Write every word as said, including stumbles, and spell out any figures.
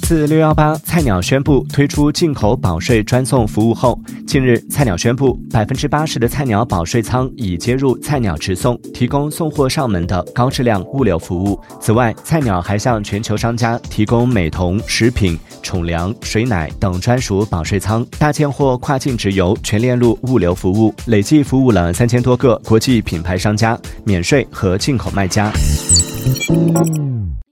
自六一八，菜鸟宣布推出进口保税专送服务后，近日菜鸟宣布，百分之八十的菜鸟保税仓已接入菜鸟直送，提供送货上门的高质量物流服务。此外，菜鸟还向全球商家提供美瞳、食品、宠粮、水奶等专属保税仓、大件货跨境直邮全链路物流服务，累计服务了三千多个国际品牌商家、免税和进口卖家。